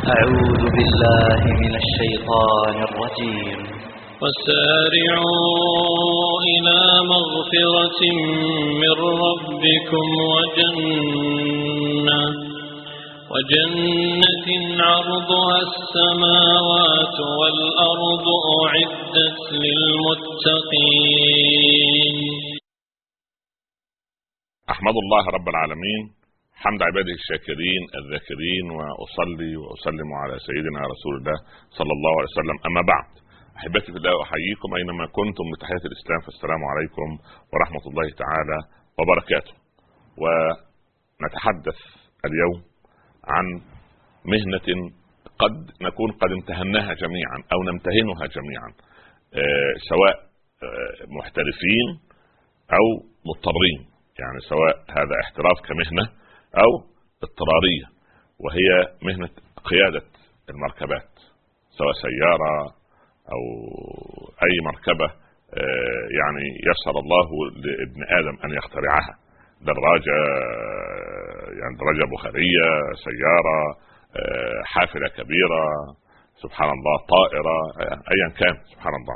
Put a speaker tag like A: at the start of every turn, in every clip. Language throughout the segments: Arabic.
A: أعوذ بالله من الشيطان الرجيم.
B: وسارعوا إلى مغفرة من ربكم وجنة عرضها السماوات والأرض أعدت للمتقين.
C: أحمد الله رب العالمين حمد عباده الشاكرين الذاكرين، وأصلي وأسلم على سيدنا رسول الله صلى الله عليه وسلم. أما بعد، أحبتي في الله، أحييكم أينما كنتم بتحية الإسلام، فالسلام عليكم ورحمة الله تعالى وبركاته. ونتحدث اليوم عن مهنة قد نكون قد امتهناها جميعا أو نمتهنها جميعا، سواء محترفين أو مضطرين، يعني سواء هذا احتراف كمهنة أو اضطرارية، وهي مهنة قيادة المركبات، سواء سيارة أو أي مركبة يعني يسر الله لابن آدم أن يخترعها، دراجة يعني دراجة بخارية، سيارة، حافلة كبيرة، سبحان الله، طائرة، أيا كان، سبحان الله.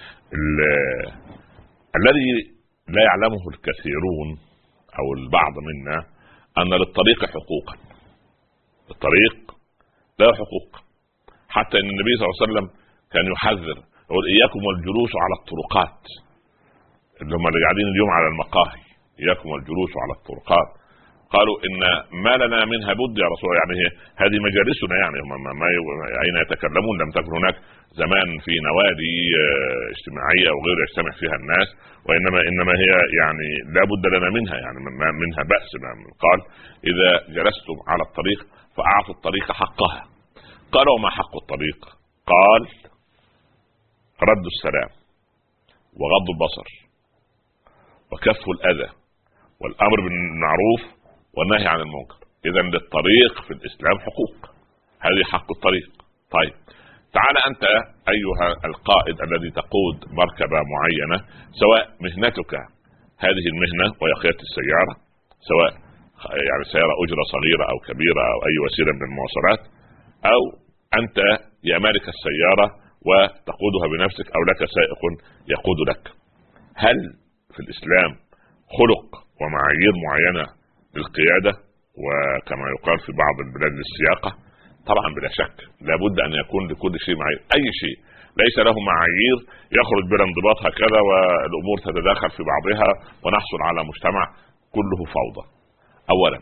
C: الذي لا يعلمه الكثيرون أو البعض منا أن للطريق حقوقا. الطريق له حقوق، حتى أن النبي صلى الله عليه وسلم كان يحذر، يقول إياكم والجلوس على الطرقات، اللي هم اللي قاعدين اليوم على المقاهي، إياكم والجلوس على الطرقات. قالوا إن ما لنا منها بد يا رسول الله، يعني هذه مجالسنا، يعني أين يتكلمون؟ لم تكن هناك زمان في نوادي اجتماعية أو غير يجتمع فيها الناس، وإنما هي يعني لا بد لنا منها، يعني منها بأس. قال إذا جلستم على الطريق فأعطوا الطريق حقها. قالوا وما حق الطريق؟ قال رد السلام، وغض البصر، وكف الأذى، والأمر بالمعروف والنهي عن المنكر. إذن للطريق في الإسلام حقوق، هذه حق الطريق. طيب، تعال أنت أيها القائد الذي تقود مركبة معينة، سواء مهنتك هذه المهنة وهي قيادة السيارة، سواء يعني سيارة أجرة صغيرة أو كبيرة أو أي وسيلة من المواصلات، أو أنت يا مالك السيارة وتقودها بنفسك أو لك سائق يقود لك. هل في الإسلام خلق ومعايير معينة للقيادة، وكما يقال في بعض البلاد للسياقة؟ طبعا بلا شك لابد أن يكون لكل شيء معايير. أي شيء ليس له معايير يخرج بلا انضباط هكذا، والأمور تتداخل في بعضها ونحصل على مجتمع كله فوضى. أولا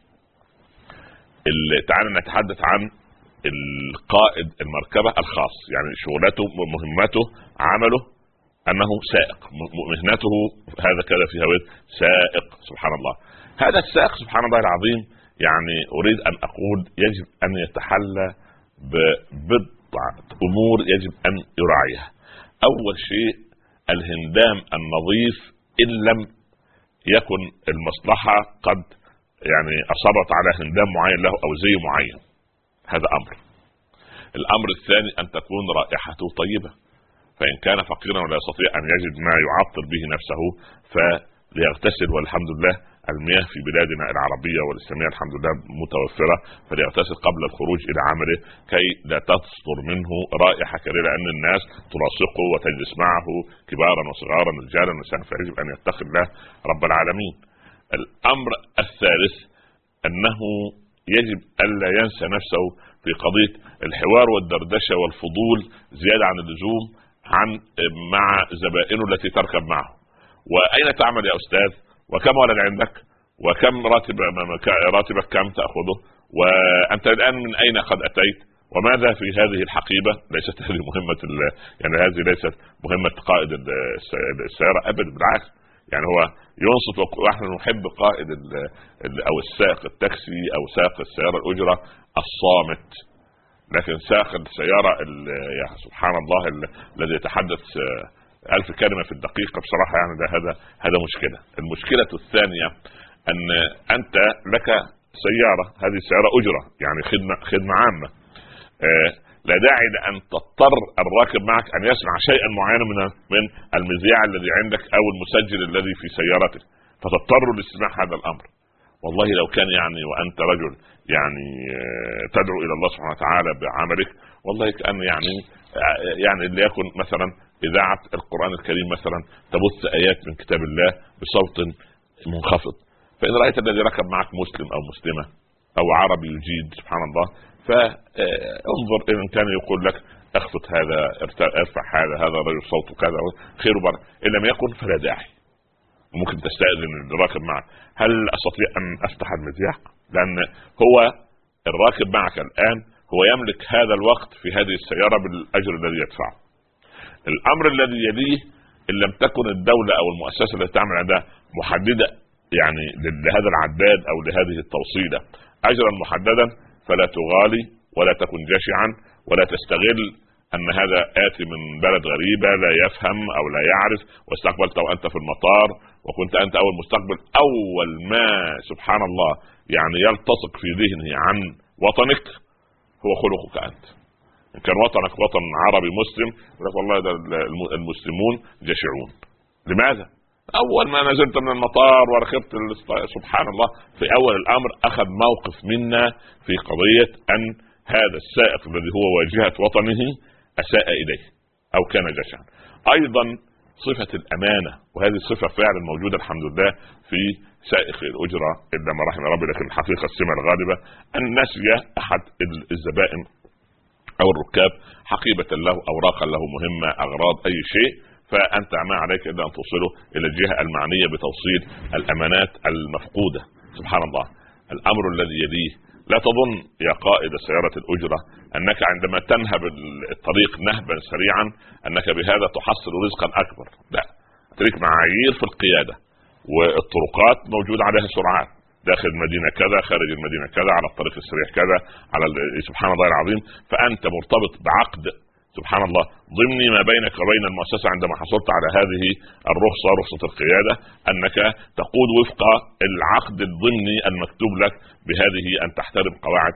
C: تعال نتحدث عن القائد المركبة الخاص، يعني شغلته مهمته عمله أنه سائق، مهنته هذا كذا في هوية سائق. سبحان الله، هذا السائق سبحان الله العظيم، يعني أريد أن أقول يجب أن يتحلى ببضعة أمور يجب أن يراعيها. أول شيء الهندام النظيف، إن لم يكن المصلحة قد يعني أصرت على هندام معين له أو زي معين، هذا أمر. الأمر الثاني أن تكون رائحته طيبة، فإن كان فقيرا ولا يستطيع أن يجد ما يعطر به نفسه فليغتسل، والحمد لله المياه في بلادنا العربية والإسلامية الحمد لله متوفرة، فليغتسل قبل الخروج إلى عمله كي لا تصدر منه رائحة كريهة، لأن الناس تلاصقه وتجلس معه كبارا وصغارا رجالا ونساء، فيجب أن يتقي الله رب العالمين. الأمر الثالث أنه يجب ألا ينسى نفسه في قضية الحوار والدردشة والفضول زيادة عن اللزوم مع زبائنه التي تركب معه. وأين تعمل يا أستاذ؟ وكم ولد عندك؟ وكم راتبك كم تأخذه؟ وأنت الآن من أين قد أتيت؟ وماذا في هذه الحقيبة؟ ليست هذه مهمة يعني هذه ليست مهمة قائد السيارة أبدا، بالعكس، يعني هو ينصت. ونحن نحب قائد أو السائق التاكسي أو سائق السيارة الأجرة الصامت، لكن سائق السيارة يا سبحان الله الذي يتحدث 1000 كلمة في الدقيقة، بصراحة يعني هذا مشكلة. المشكلة الثانية أن أنت لك سيارة، هذه السيارة أجرة، يعني خدمة عامة، لا داعي لأن تضطر الراكب معك أن يسمع شيئا معينا من المذياع الذي عندك أو المسجل الذي في سيارتك، فتضطر لاستماع هذا الأمر. والله لو كان يعني وأنت رجل يعني تدعو إلى الله سبحانه وتعالى بعملك، والله كأن يعني ليكن مثلا إذاعة القرآن الكريم مثلا تبث آيات من كتاب الله بصوت منخفض، فإن رأيت الذي ركب معك مسلم أو مسلمة أو عربي يجيد سبحان الله، فانظر إن كان يقول لك اخفض هذا ارفع هذا رجل صوته كذا خير وبركة، إن لم يكن فلا داعي. ممكن تستأذن الراكب معك، هل أستطيع أن أفتح المذياع؟ لأن هو الراكب معك الآن هو يملك هذا الوقت في هذه السيارة بالأجر الذي يدفعه. الأمر الذي يليه إن لم تكن الدولة أو المؤسسة التي تعمل عندها محددة يعني لهذا العداد أو لهذه التوصيلة أجرا محددا، فلا تغالي ولا تكن جشعا ولا تستغل أن هذا آتي من بلد غريبة لا يفهم أو لا يعرف، واستقبلت وأنت في المطار وكنت أنت أول مستقبل، أول ما سبحان الله يعني يلتصق في ذهنه عن وطنك هو خلقك أنت. إن كان وطنك وطن عربي مسلم يقول لك والله ده المسلمون جشعون. لماذا؟ أول ما نزلت من المطار وركبت سبحان الله في أول الأمر أخذ موقف منا في قضية أن هذا السائق الذي هو واجهة وطنه أساء إليه أو كان جشعا. أيضا صفة الأمانة، وهذه الصفة فعلا موجودة الحمد لله في سائق الأجرة إلا ما رحم ربي، لكن الحقيقة السمة الغالبة أن نسي أحد الزبائن أو الركاب حقيبة له أوراقا له مهمة أغراض أي شيء، فأنت ما عليك إلا أن توصله إلى الجهة المعنية بتوصيل الأمانات المفقودة. سبحان الله. الأمر الذي يليه، لا تظن يا قائد سيارة الأجرة أنك عندما تنهب الطريق نهبا سريعا أنك بهذا تحصل رزقا أكبر، لا، تريك معايير في القيادة، والطرقات موجود عليها سرعات، داخل المدينة كذا، خارج المدينة كذا، على الطريق السريع كذا، على سبحان الله العظيم. فأنت مرتبط بعقد سبحان الله ضمني ما بينك وبين المؤسسة عندما حصلت على هذه الرخصة، رخصة القيادة، أنك تقود وفق العقد الضمني المكتوب لك بهذه أن تحترم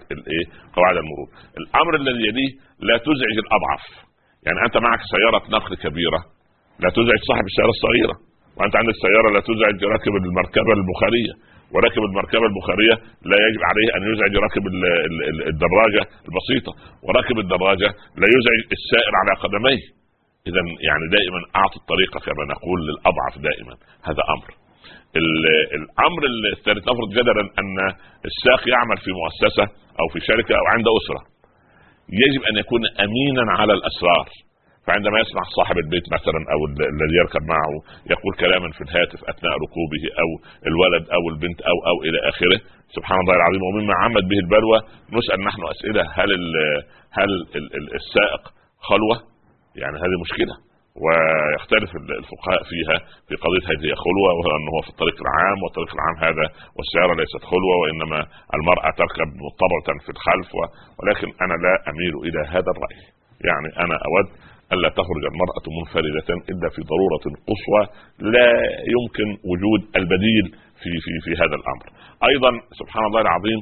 C: قواعد المرور. الأمر الذي يليه لا تزعج الأضعف، يعني أنت معك سيارة نقل كبيرة لا تزعج صاحب السيارة الصغيرة، وأنت عندك سيارة لا تزعج راكب المركبة البخارية، وراكب المركبة البخارية لا يجب عليه أن يزعج راكب الدراجة البسيطة، وراكب الدراجة لا يزعج السائر على قدميه. إذا يعني دائما أعطي الطريقة كما نقول للأضعف دائما. هذا أمر. الأمر الثالث، نفرض جدلا أن الساق يعمل في مؤسسة أو في شركة أو عند أسرة، يجب أن يكون أمينا على الأسرار. فعندما يسمع صاحب البيت مثلا او الذي يركب معه يقول كلاما في الهاتف اثناء ركوبه او الولد او البنت او الى اخره، سبحان الله العظيم، ومما عمت به البلوى نسأل نحن اسئله، هل السائق خلوة؟ يعني هذه مشكلة، ويختلف الفقهاء فيها في قضية هذه خلوة، وأنه هو في الطريق العام، والطريق العام هذا والسيارة ليست خلوة، وإنما المرأة تركب مضطرة في الخلف، ولكن أنا لا أميل إلى هذا الرأي. يعني أنا أود ألا تخرج المرأة منفردة إلا في ضرورة قصوى لا يمكن وجود البديل في هذا الأمر. أيضا سبحان الله العظيم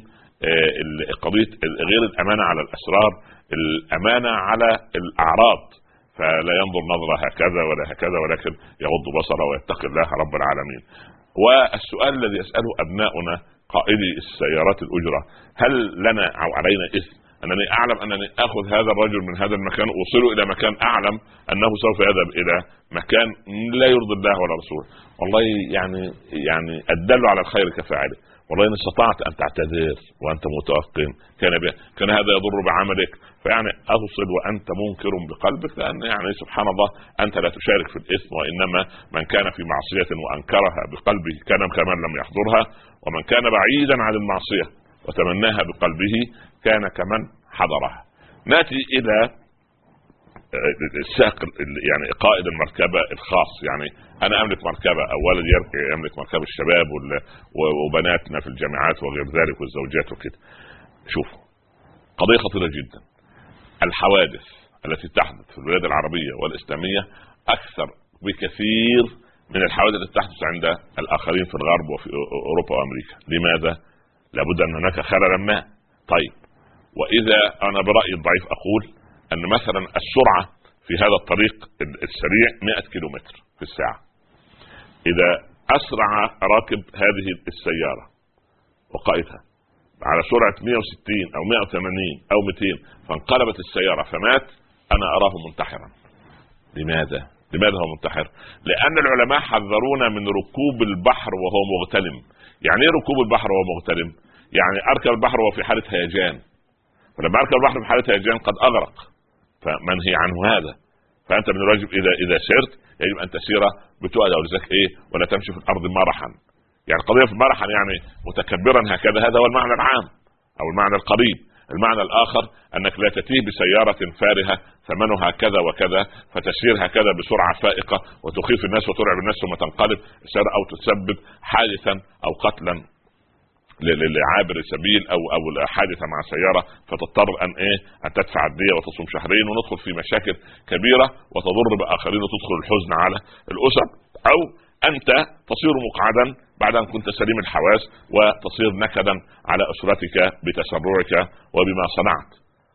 C: قضية غير الأمانة على الأسرار، الأمانة على الأعراض، فلا ينظر نظرة هكذا ولا هكذا، ولكن يغض بصره ويتقي الله رب العالمين. والسؤال الذي يسأله أبناؤنا قائدي السيارات الأجرة، هل لنا أو علينا إثم أنني أعلم أنني أخذ هذا الرجل من هذا المكان وأوصله إلى مكان أعلم أنه سوف يذهب إلى مكان لا يرضي الله ولا رسوله؟ والله يعني الدل على الخير كفاعله. والله إن استطعت أن تعتذر وأنت متوقن كان هذا يضر بعملك، فيعني أوصل وأنت منكر بقلبك، لأن يعني سبحان الله أنت لا تشارك في الإثم، وإنما من كان في معصية وأنكرها بقلبه كان كمن لم يحضرها، ومن كان بعيدا عن المعصية وتمناها بقلبه كان كمن حضرها. نأتي إلى السائق، يعني قائد المركبة الخاص. يعني أنا أملك مركبة أو ولد يملك مركبة الشباب وبناتنا في الجامعات وغير ذلك والزوجات وكده. شوفوا قضية خطيرة جدا. الحوادث التي تحدث في البلاد العربية والإسلامية أكثر بكثير من الحوادث التي تحدث عند الآخرين في الغرب وفي أوروبا وأمريكا. لماذا؟ لابد أن هناك خللا ما. طيب، وإذا أنا برأيي الضعيف أقول أن مثلا السرعة في هذا الطريق السريع 100 كيلومتر في الساعة، إذا أسرع راكب هذه السيارة وقائدها على سرعة 160 أو 180 أو 200 فانقلبت السيارة فمات، أنا أراه منتحرا. لماذا هو منتحر؟ لأن العلماء حذرونا من ركوب البحر وهو مغتلم. يعني ايه ركوب البحر وهو مغتلم؟ يعني أركب البحر وهو في حالة هيجان، ولما أركب البحر في حالة هيجان قد أغرق، فمنهي عنه هذا. فأنت من الواجب إذا سرت يجب أن تسير بتؤدى ولذلك ولا تمشي في الأرض مرحا. يعني القضية في مرحا يعني متكبرا هكذا، هذا هو المعنى العام أو المعنى القريب. المعنى الآخر أنك لا تتيه بسيارة فارهة ثمنها كذا وكذا فتسير هكذا بسرعة فائقة وتخيف الناس وترعب الناس ثم تنقلب السيارة أو تسبب حادثا أو قتلا لعابر سبيل أو حادثة مع سيارة فتضطر أن تدفع الدية وتصوم شهرين وندخل في مشاكل كبيرة وتضر بآخرين وتدخل الحزن على الأسر، أو أنت تصير مقعدا بعد أن كنت سليم الحواس وتصير نكدا على أسرتك بتسرعك وبما صنعت.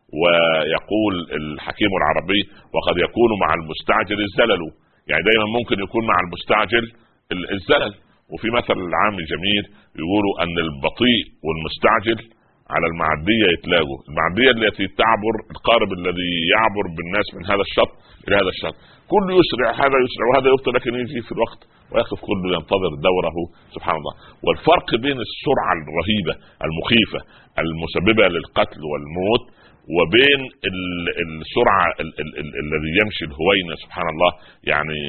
C: ويقول الحكيم العربي وقد يكون مع المستعجل الزلل، يعني دايما ممكن يكون مع المستعجل الزلل. وفي مثل عام جميل يقولوا أن البطيء والمستعجل على المعدية يتلاقوا. المعدية التي تعبر القارب الذي يعبر بالناس من هذا الشط إلى هذا الشط، كل يسرع، هذا يسرع وهذا يبطئ، لكن يجي في الوقت ويقف كله ينتظر دوره سبحان الله. والفرق بين السرعة الرهيبة المخيفة المسببة للقتل والموت وبين السرعة الذي يمشي الهوينة سبحان الله، يعني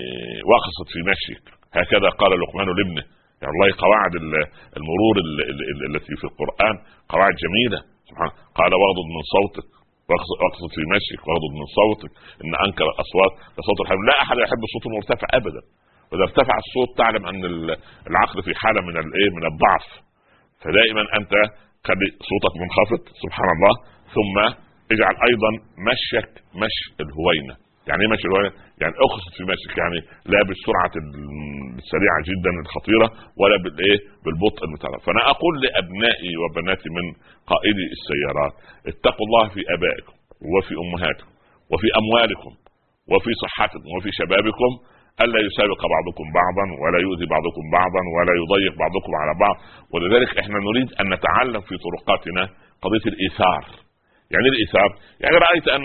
C: واقصد في مشيك، هكذا قال لقمان لابنه. يعني الله قواعد المرور التي في القرآن قواعد جميلة سبحان. قال واغضض من صوتك، واقصد في مشيك، واغضض من صوتك إن أنكر الأصوات لصوت الحمير. لا أحد يحب الصوت المرتفع أبدا، وإذا ارتفع الصوت تعلم أن العقل في حالة من الضعف. فدائما أنت خلي صوتك منخفض سبحان الله، ثم اجعل أيضا مشيك مشي الهوينة. يعني ايه مشي الهوينة؟ يعني اقصد في مشيك، يعني لا بالسرعة السريعة جدا الخطيرة ولا بالبطء المتعرف. فأنا أقول لأبنائي وبناتي من قائدي السيارات اتقوا الله في آبائكم وفي أمهاتكم وفي أموالكم وفي صحتكم وفي شبابكم، ألا يسابق بعضكم بعضا ولا يؤذي بعضكم بعضا ولا يضيق بعضكم على بعض. ولذلك احنا نريد أن نتعلم في طرقاتنا قضية الإيثار. يعني الإيثار يعني رأيت أن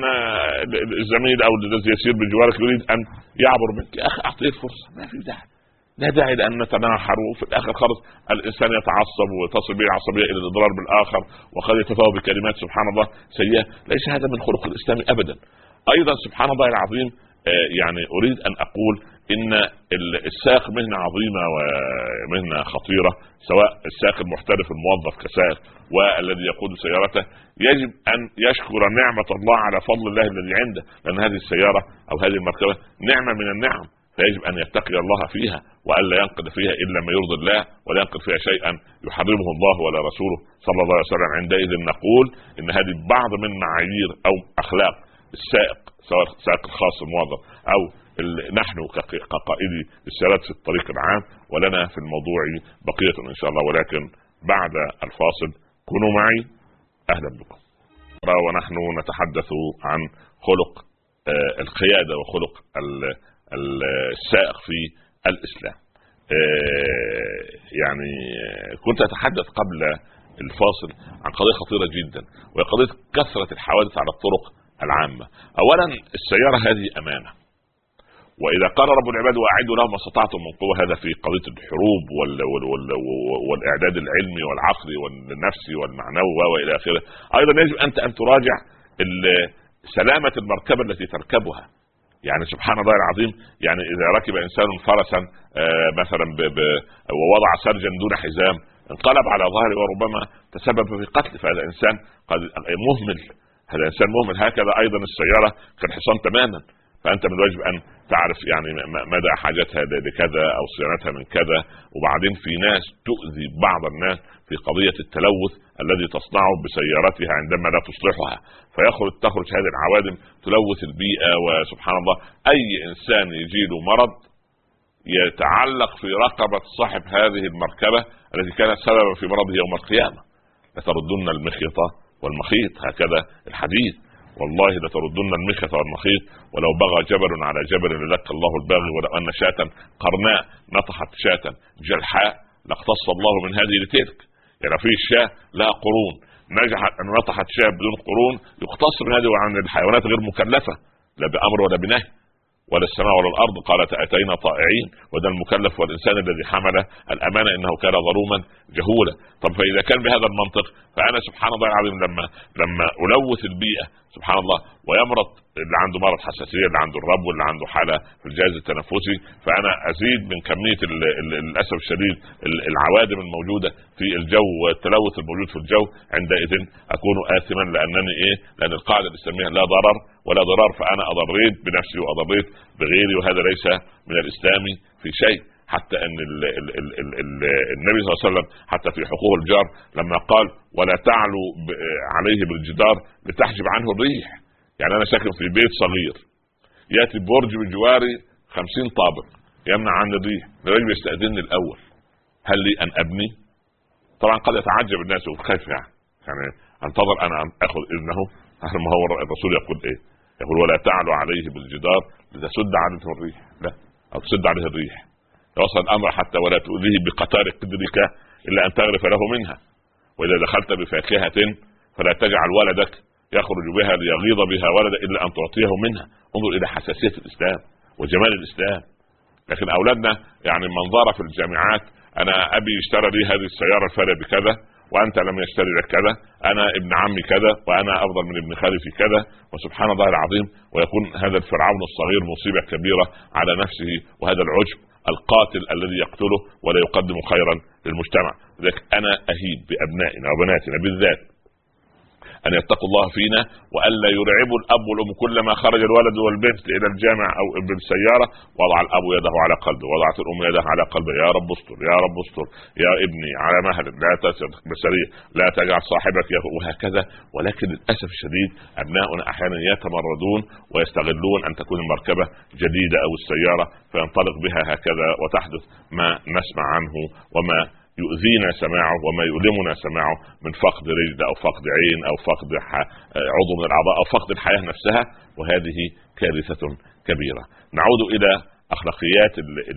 C: الزميل أو الذي يسير بجوارك يريد أن يعبر منك، يا أخي أعطيه فرصة، ما في داعي، لا داعي لأن نتناحر وفي الآخر خلص الإنسان يتعصب وتصل به العصبية إلى الإضرار بالآخر وقد يتفاوى بكلمات سبحان الله سيئة. ليس هذا من خلق الإسلام أبدا. أيضا سبحان الله العظيم يعني أريد أن أقول إن السائق مهنة عظيمة ومهنة خطيرة، سواء السائق المحترف الموظف كسائق والذي يقود سيارته يجب أن يشكر نعمة الله على فضل الله الذي عنده، لأن هذه السيارة أو هذه المركبة نعمة من النعم، فيجب أن يتقي الله فيها وألا ينقل فيها إلا ما يرضي الله ولا ينقل فيها شيئا يحرمه الله ولا رسوله صلى الله عليه وسلم. عندئذ نقول إن هذه بعض من معايير أو أخلاق السائق، سواء السائق الخاص الموظف أو نحن كقائدي السيارات في الطريق العام. ولنا في الموضوع بقية إن شاء الله، ولكن بعد الفاصل كونوا معي. أهلا بكم. ونحن نتحدث عن خلق القيادة وخلق السائق في الإسلام. يعني كنت أتحدث قبل الفاصل عن قضية خطيرة جدا، وهي قضية كثرة الحوادث على الطرق العامة. أولا السيارة هذه أمانة، وإذا قال رب العباد وأعدوا لهم ما استطعتم من قوة، هذا في قضية الحروب والإعداد العلمي والعقلي والنفسي والمعنوي وإلى آخره. أيضا يجب أن تراجع سلامة المركبة التي تركبها. يعني سبحان الله العظيم، يعني إذا ركب إنسان فرسا مثلا ووضع سرجا دون حزام انقلب على ظهره وربما تسبب في قتل، فهذا إنسان قد مهمل، هذا إنسان مهمل. هكذا أيضا السيارة كالحصان تماما، فأنت من الواجب أن تعرف يعني مدى حاجتها لكذا أو صيانتها من كذا. وبعدين في ناس تؤذي بعض الناس في قضية التلوث الذي تصنعه بسيارتها عندما لا تصلحها، تخرج هذه العوادم تلوث البيئة. وسبحان الله أي إنسان يجيله مرض يتعلق في رقبة صاحب هذه المركبة التي كانت سببا في مرضه يوم القيامة. لتردن المخيط والمخيط، هكذا الحديث، والله لتردن المخيط والمخيط ولو بغى جبل على جبل للك الله الباغي، ولو أن شاة قرناء نطحت شاة جلحاء لاقتص الله من هذه لتلك. يعني في الشاة لها قرون، نجحت ان نطحت شاة بدون قرون يقتصر هذه عن الحيوانات غير مكلفة لا بأمر ولا بنهي، ولا السماء ولا الارض، قالت اتينا طائعين. وده المكلف والانسان الذي حمل الامانه انه كان ظلوما جهولا. طب فاذا كان بهذا المنطق فانا سبحان الله العظيم لما الوث البيئه سبحان الله ويمرض اللي عنده مرض حساسيه، اللي عنده الربو، اللي عنده حاله في الجهاز التنفسي، فانا ازيد من كميه للاسف الشديد العوادم الموجوده في الجو والتلوث الموجود في الجو، عندئذ اكون آثما لانني لان القاعده بنسميها لا ضرر ولا ضرار، فانا اضريت بنفسي واضريت بغيري، وهذا ليس من الاسلام في شيء. حتى ان النبي صلى الله عليه وسلم حتى في حقوق الجار لما قال ولا تعلوا عليه بالجدار لتحجب عنه الريح. يعني انا ساكن في بيت صغير، ياتي برج بجواري 50 طابق يمنع عن الريح، الرجل يستأذنني الاول، هل لي ان ابني؟ طبعا قد يتعجب الناس وخايف يعني انتظر انا اخذ اذنه. ما هو الرسول يقول يقول ولا تعلوا عليه بالجدار لتسد عنه الريح، لا او تسد عليه الريح. يوصل الامر حتى ولا تؤذيه بقطار قدرك الا ان تغرف له منها. واذا دخلت بفاكهه فلا تجعل ولدك يخرج بها ليغيظ بها ولدا الا ان تعطيه منها. انظر الى حساسيه الاسلام وجمال الاسلام. لكن اولادنا يعني منظره في الجامعات، انا ابي اشترى لي هذه السياره الفارهه بكذا وانت لم يشتري لك كذا، انا ابن عمي كذا وانا افضل من ابن خالي في كذا، وسبحان الله العظيم. ويكون هذا الفرعون الصغير مصيبه كبيره على نفسه، وهذا العجب القاتل الذي يقتله ولا يقدم خيرا للمجتمع. لذلك انا اهيب بابنائنا وبناتنا بالذات ان يتقوا الله فينا، والا يرعبوا الاب والام. كلما خرج الولد والبنت الى الجامع او بالسياره وضع الاب يده على قلبه، وضعت الام يدها على قلبه، يا رب استر يا رب استر يا ابني على مهل، لا تسر بسريع، لا تجعل صاحبك وهكذا. ولكن للاسف الشديد ابناؤنا احيانا يتمردون ويستغلون ان تكون المركبه جديده او السياره فينطلق بها هكذا، وتحدث ما نسمع عنه وما يؤذينا سماعه وما يؤلمنا سماعه من فقد رجل او فقد عين او فقد عضو من الاعضاء او فقد الحياه نفسها، وهذه كارثه كبيره. نعود الى اخلاقيات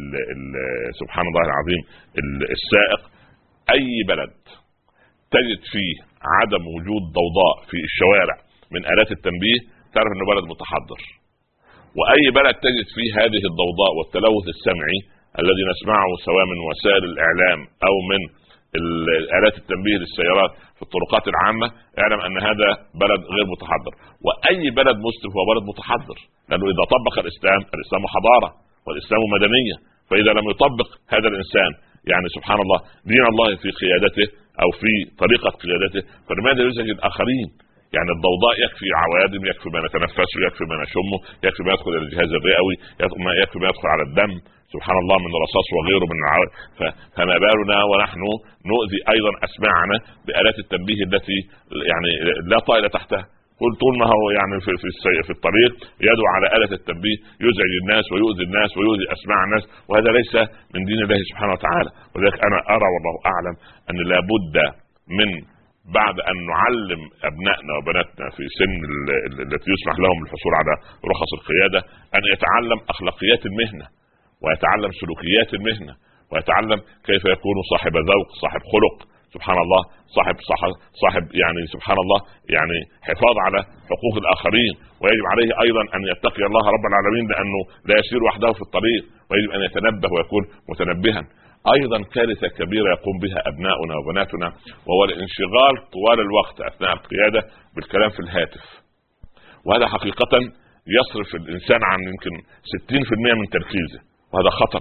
C: سبحان الله العظيم السائق. اي بلد تجد فيه عدم وجود ضوضاء في الشوارع من آلات التنبيه تعرف انه بلد متحضر. واي بلد تجد فيه هذه الضوضاء والتلوث السمعي الذي نسمعه سواء من وسائل الاعلام او من آلات التنبيه للسيارات في الطرقات العامة، اعلم ان هذا بلد غير متحضر. واي بلد مسلم هو بلد متحضر، لانه اذا طبق الاسلام حضارة والاسلام مدنية، فاذا لم يطبق هذا الانسان يعني سبحان الله دين الله في قيادته او في طريقة قيادته، فلماذا يزعج الاخرين؟ يعني الضوضاء يكفي عوادم، يكفي ما نتنفسه، يكفي ما نشمه، يكفي ما يدخل الى الجهاز الرئوي، يكفي ما يدخل على الدم سبحان الله من رصاص وغيره من العوادم. فما بالنا ونحن نؤذي ايضا اسماعنا بآلات التنبيه التي يعني لا طائل تحتها. كل طول ما هو يعني في الطريق يدعو على آلة التنبيه يزعج الناس ويؤذي الناس ويؤذي اسماع الناس، وهذا ليس من دين الله سبحانه وتعالى. ولذلك انا ارى والله اعلم ان لابد من بعد أن نعلم أبنائنا وبناتنا في سن التي يسمح لهم الحصول على رخص القيادة أن يتعلم أخلاقيات المهنة، ويتعلم سلوكيات المهنة، ويتعلم كيف يكون صاحب ذوق، صاحب خلق سبحان الله، صاحب يعني سبحان الله يعني حفاظ على حقوق الآخرين. ويجب عليه أيضا أن يتقي الله رب العالمين، لأنه لا يسير وحده في الطريق، ويجب أن يتنبه ويكون متنبها. ايضا كارثة كبيرة يقوم بها ابناؤنا وبناتنا، وهو الانشغال طوال الوقت اثناء القيادة بالكلام في الهاتف. وهذا حقيقة يصرف الانسان عن يمكن 60% من تركيزه، وهذا خطر.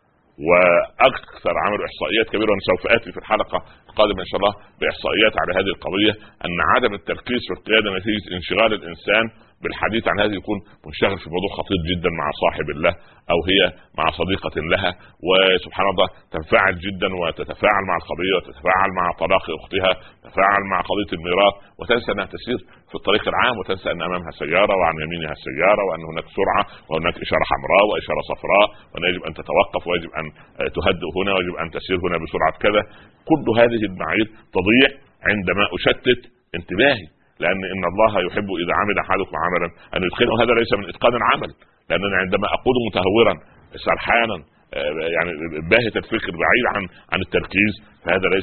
C: واكثر عمل احصائيات كبيرة، وانا سوف اتي في الحلقة القادمة ان شاء الله باحصائيات على هذه القضية، ان عدم التركيز في القيادة نتيجة انشغال الانسان بالحديث عن هذه يكون منشغل في موضوع خطير جدا مع صاحب الله او هي مع صديقة لها، وسبحان الله تنفعل جدا وتتفاعل مع القضية وتتفاعل مع طلاق اختها، تتفاعل مع قضية الميراث، وتنسى انها تسير في الطريق العام، وتنسى ان امامها سيارة وعن يمينها سيارة، وان هناك سرعة وهناك اشارة حمراء واشارة صفراء، وان يجب ان تتوقف ويجب ان تهدئ هنا ويجب ان تسير هنا بسرعة كذا. كل هذه المعايير تضيع عندما اشتت انتباهي، لأن إن الله يحب إذا عمل أحدكم عملا أن يتقنه. هذا ليس من إتقان العمل، لأننا عندما أقود متهورا سرحانا يعني باهت الفكر بعيد عن التركيز، فهذا ليس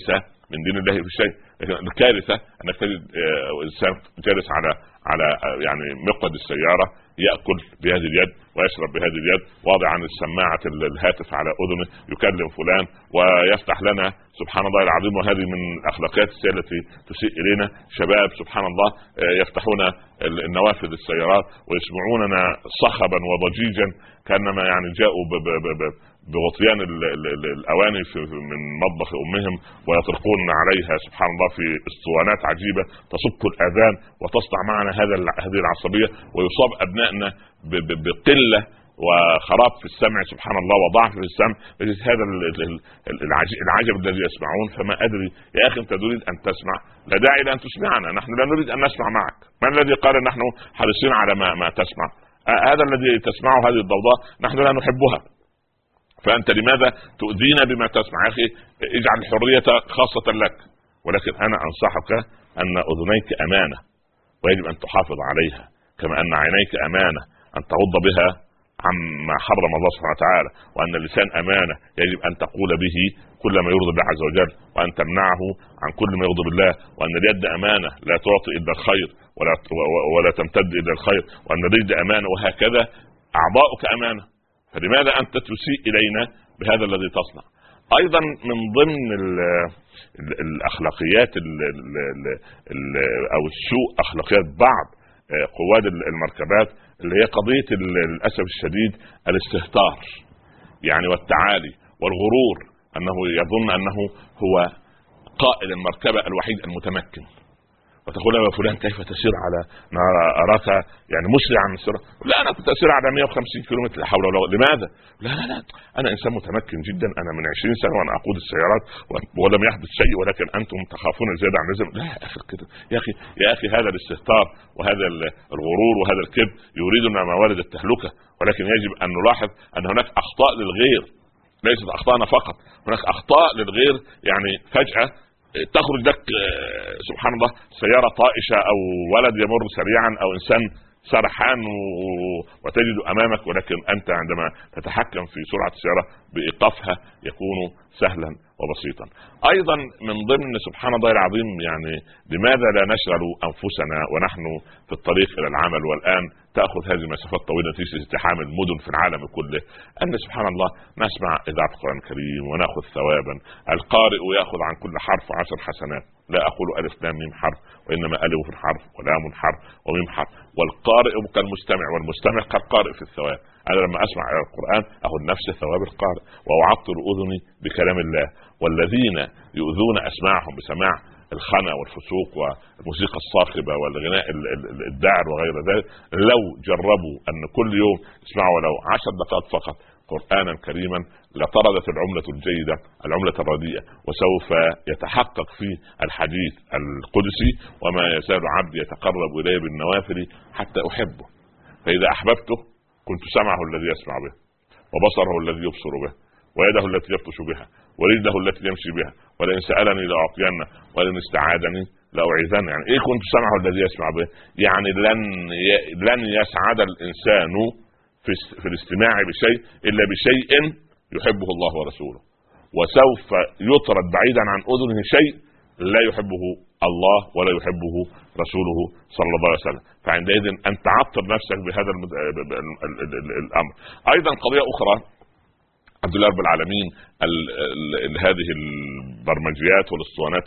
C: من دين الله في شيء. لكن الكارثة أنك تجد إنسان جالس على يعني مقعد السيارة يأكل بهذه اليد ويشرب بهذه اليد، واضعا السماعة الهاتف على أذنه يكلم فلان ويفتح لنا سبحان الله العظيم. وهذه من أخلاقيات السيئة التي تسيء إلينا. شباب سبحان الله يفتحون النوافذ السيارات ويسمعوننا صخبا وضجيجا كأنما يعني جاءوا بغطيان الأواني من مطبخ أمهم ويطرقون عليها سبحان الله في اسطوانات عجيبة تصك الآذان وتصنع معنا هذه العصبية، ويصاب أبنائنا بقلة وخراب في السمع سبحان الله وضعف في السمع. هذا العجب الذي يسمعون. فما أدري يا أخي، أنت تريد أن تسمع، لا داعي لأن تسمعنا، نحن لا نريد أن نسمع معك. من الذي قال نحن حريصين على ما تسمع؟ هذا الذي تسمعه هذه الضوضاء نحن لا نحبها، فأنت لماذا تؤذينا بما تسمع؟ يا أخي اجعل الحرية خاصة لك. ولكن أنا أنصحك أن أذنيك أمانة ويجب أن تحافظ عليها، كما أن عينيك أمانة أن تغض بها عما حرم الله سبحانه وتعالى، وأن اللسان أمانة يجب أن تقول به كل ما يرضي الله عز وجل وأن تمنعه عن كل ما يغضب الله، وأن اليد أمانة لا تعطي إلا الخير ولا تمتد إلا الخير، وأن الرجل أمانة، وهكذا أعضاؤك أمانة. فلماذا أنت تسيء إلينا بهذا الذي تصنع؟ أيضا من ضمن الأخلاقيات أو السوء أخلاقيات بعض قواد المركبات اللي هي قضية للأسف الشديد الاستهتار يعني والتعالي والغرور، أنه يظن أنه هو قائد المركبة الوحيد المتمكن، وتقول يا فلان كيف تسير على ما أراك يعني مسرعا من السرعة؟ لا أنا كنت أسير على 150 كيلومتر لا حول ولا قوة. لماذا؟ لا أنا إنسان متمكن جدا، أنا من 20 سنة وأنا أقود السيارات ولم يحدث شيء، ولكن أنتم تخافون الزيادة عن اللزوم. لا يا أخي كده يا أخي هذا الاستهتار وهذا الغرور وهذا الكبر يريدنا موارد التهلكة. ولكن يجب أن نلاحظ أن هناك أخطاء للغير، ليست أخطاءنا فقط، هناك أخطاء للغير. يعني فجأة تخرج لك سبحان الله سيارة طائشة أو ولد يمر سريعا أو إنسان سرحان وتجد أمامك، ولكن أنت عندما تتحكم في سرعة السيارة بإيقافها يكون سهلا وبسيطا. أيضا من ضمن سبحان الله العظيم يعني لماذا لا نشغل أنفسنا ونحن في الطريق إلى العمل، والآن تأخذ هذه المسافات طويلة في ازدحام المدن في العالم كله، أن سبحان الله نسمع إذاعة القرآن الكريم ونأخذ ثوابا. القارئ يأخذ عن كل حرف 10 حسنات، لا أقول ألف لام ميم حرف، وإنما ألف حرف ولام حرف وميم حرف. والقارئ كالمستمع والمستمع كالقارئ في الثواب. أنا لما أسمع القرآن أخذ نفس ثواب القارئ وأعطر أذني بكلام الله. والذين يؤذون أسماعهم بسماع الخنا والفسوق والموسيقى الصاخبة والغناء الداعر وغير ذلك، لو جربوا أن كل يوم يسمعوا ولو 10 دقائق فقط قرآنا كريما لطردت العملة الجيدة العملة الرديئة، وسوف يتحقق في الحديث القدسي وما يزال عبد يتقرب إليه بالنوافل حتى أحبه، فإذا أحببته كنت سمعه الذي يسمع به، وبصره الذي يبصر به، ويده التي يبطش بها، ورجله التي يمشي بها، ولئن سألني لأعطينه، ولئن استعاذني لأعيذنه. يعني إيه كنت سمعه الذي يسمع به؟ يعني لن يسعد الإنسان في الاستماع بشيء إلا بشيء يحبه الله ورسوله، وسوف يطرد بعيدا عن أذنه شيء لا يحبه الله ولا يحبه رسوله صلى الله عليه وسلم. فعندئذ أن تعطر نفسك بهذا الأمر. أيضا قضية أخرى، عبد الله رب العالمين هذه البرمجيات والاسطوانات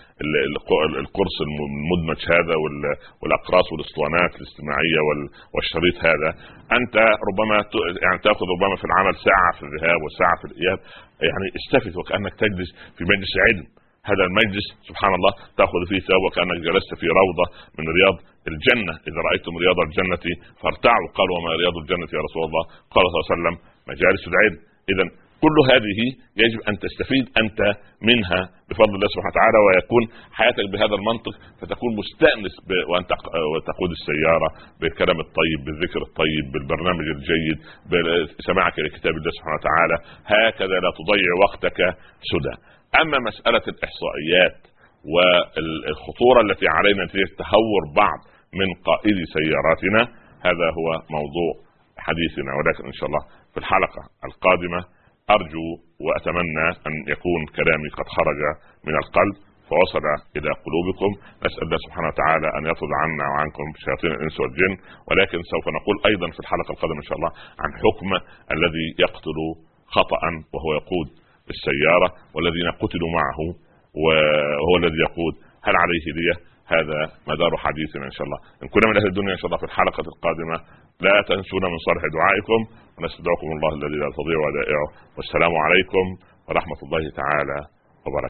C: القرص المدمج هذا والاقراص والاسطوانات الاستماعيه والشريط هذا، انت ربما يعني تاخذ ربما في العمل ساعه في الذهاب وساعه في الاياب، يعني استفد وكانك تجلس في مجلس علم. هذا المجلس سبحان الله تاخذ فيه ثواب وكانك جلست في روضه من رياض الجنه. اذا رايتم رياض الجنه فارتعوا. قالوا وما رياض الجنه يا رسول الله؟ قال صلى الله عليه وسلم مجالس العلم. إذن كل هذه يجب أن تستفيد أنت منها بفضل الله سبحانه وتعالى، ويكون حياتك بهذا المنطق، فتكون مستأنس وأنت تقود السيارة بالكلام الطيب، بالذكر الطيب، بالبرنامج الجيد، بسماعك لكتاب الله سبحانه وتعالى. هكذا لا تضيع وقتك سدى. أما مسألة الإحصائيات والخطورة التي علينا نتيجة تهور بعض من قائدي سياراتنا، هذا هو موضوع حديثنا، ولكن إن شاء الله في الحلقة القادمة أرجو وأتمنى أن يكون كلامي قد خرج من القلب فوصل إلى قلوبكم. نسأل الله سبحانه وتعالى أن يطرد عنا وعنكم شياطين الإنس والجن. ولكن سوف نقول أيضا في الحلقة القادمة إن شاء الله عن حكم الذي يقتل خطأ وهو يقود السيارة والذين قتلوا معه وهو الذي يقود، هل عليه دية؟ هذا مدار حديثنا إن شاء الله. إن كنا من أهل الدنيا إن شاء الله في الحلقة القادمة لا تنسونا من صالح دعائكم، ونستدعوكم الله الذي لا تضيع ودائعه. والسلام عليكم ورحمة الله تعالى وبركاته.